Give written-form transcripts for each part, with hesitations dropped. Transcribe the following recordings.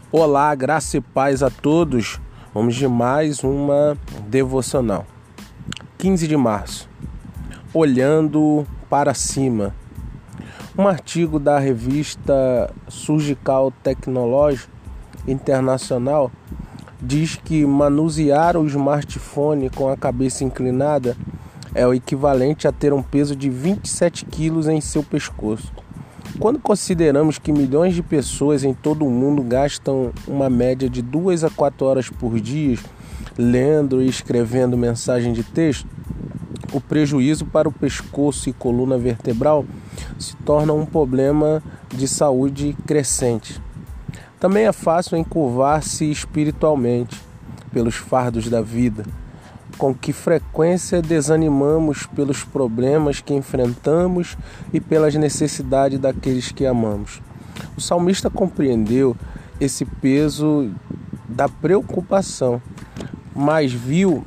Olá, graça e paz a todos. Vamos de mais uma devocional. 15 de março. Olhando para cima. Um artigo da revista Surgical Technology Internacional diz que manusear o smartphone com a cabeça inclinada é o equivalente a ter um peso de 27 quilos em seu pescoço. Quando consideramos que milhões de pessoas em todo o mundo gastam uma média de 2 a 4 horas por dia lendo e escrevendo mensagem de texto, o prejuízo para o pescoço e coluna vertebral se torna um problema de saúde crescente. Também é fácil encurvar-se espiritualmente pelos fardos da vida. Com que frequência desanimamos pelos problemas que enfrentamos e pelas necessidades daqueles que amamos. O salmista compreendeu esse peso da preocupação, mas viu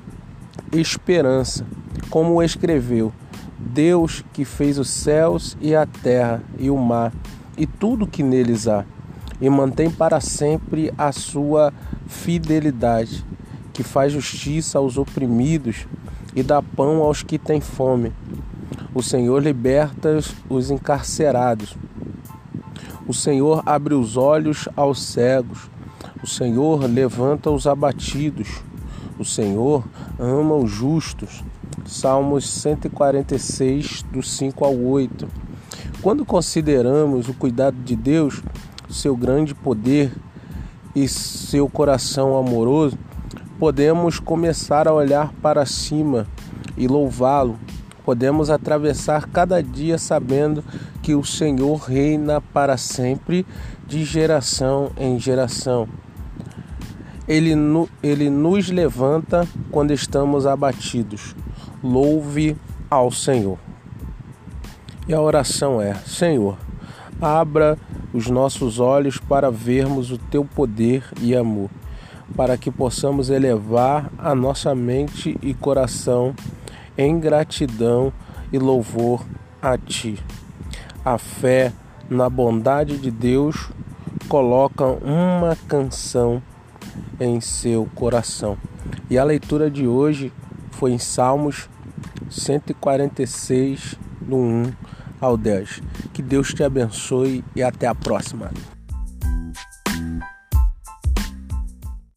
esperança, como escreveu: Deus que fez os céus e a terra e o mar e tudo que neles há, e mantém para sempre a sua fidelidade, que faz justiça aos oprimidos e dá pão aos que têm fome. O Senhor liberta os encarcerados. O Senhor abre os olhos aos cegos. O Senhor levanta os abatidos. O Senhor ama os justos. Salmos 146, do 5 ao 8. Quando consideramos o cuidado de Deus, seu grande poder e seu coração amoroso, podemos começar a olhar para cima e louvá-lo. Podemos atravessar cada dia sabendo que o Senhor reina para sempre, de geração em geração. Ele nos levanta quando estamos abatidos. Louve ao Senhor. E a oração é: Senhor, abra os nossos olhos para vermos o teu poder e amor, para que possamos elevar a nossa mente e coração em gratidão e louvor a Ti. A fé na bondade de Deus coloca uma canção em seu coração. E a leitura de hoje foi em Salmos 146, do 1 ao 10. Que Deus te abençoe e até a próxima.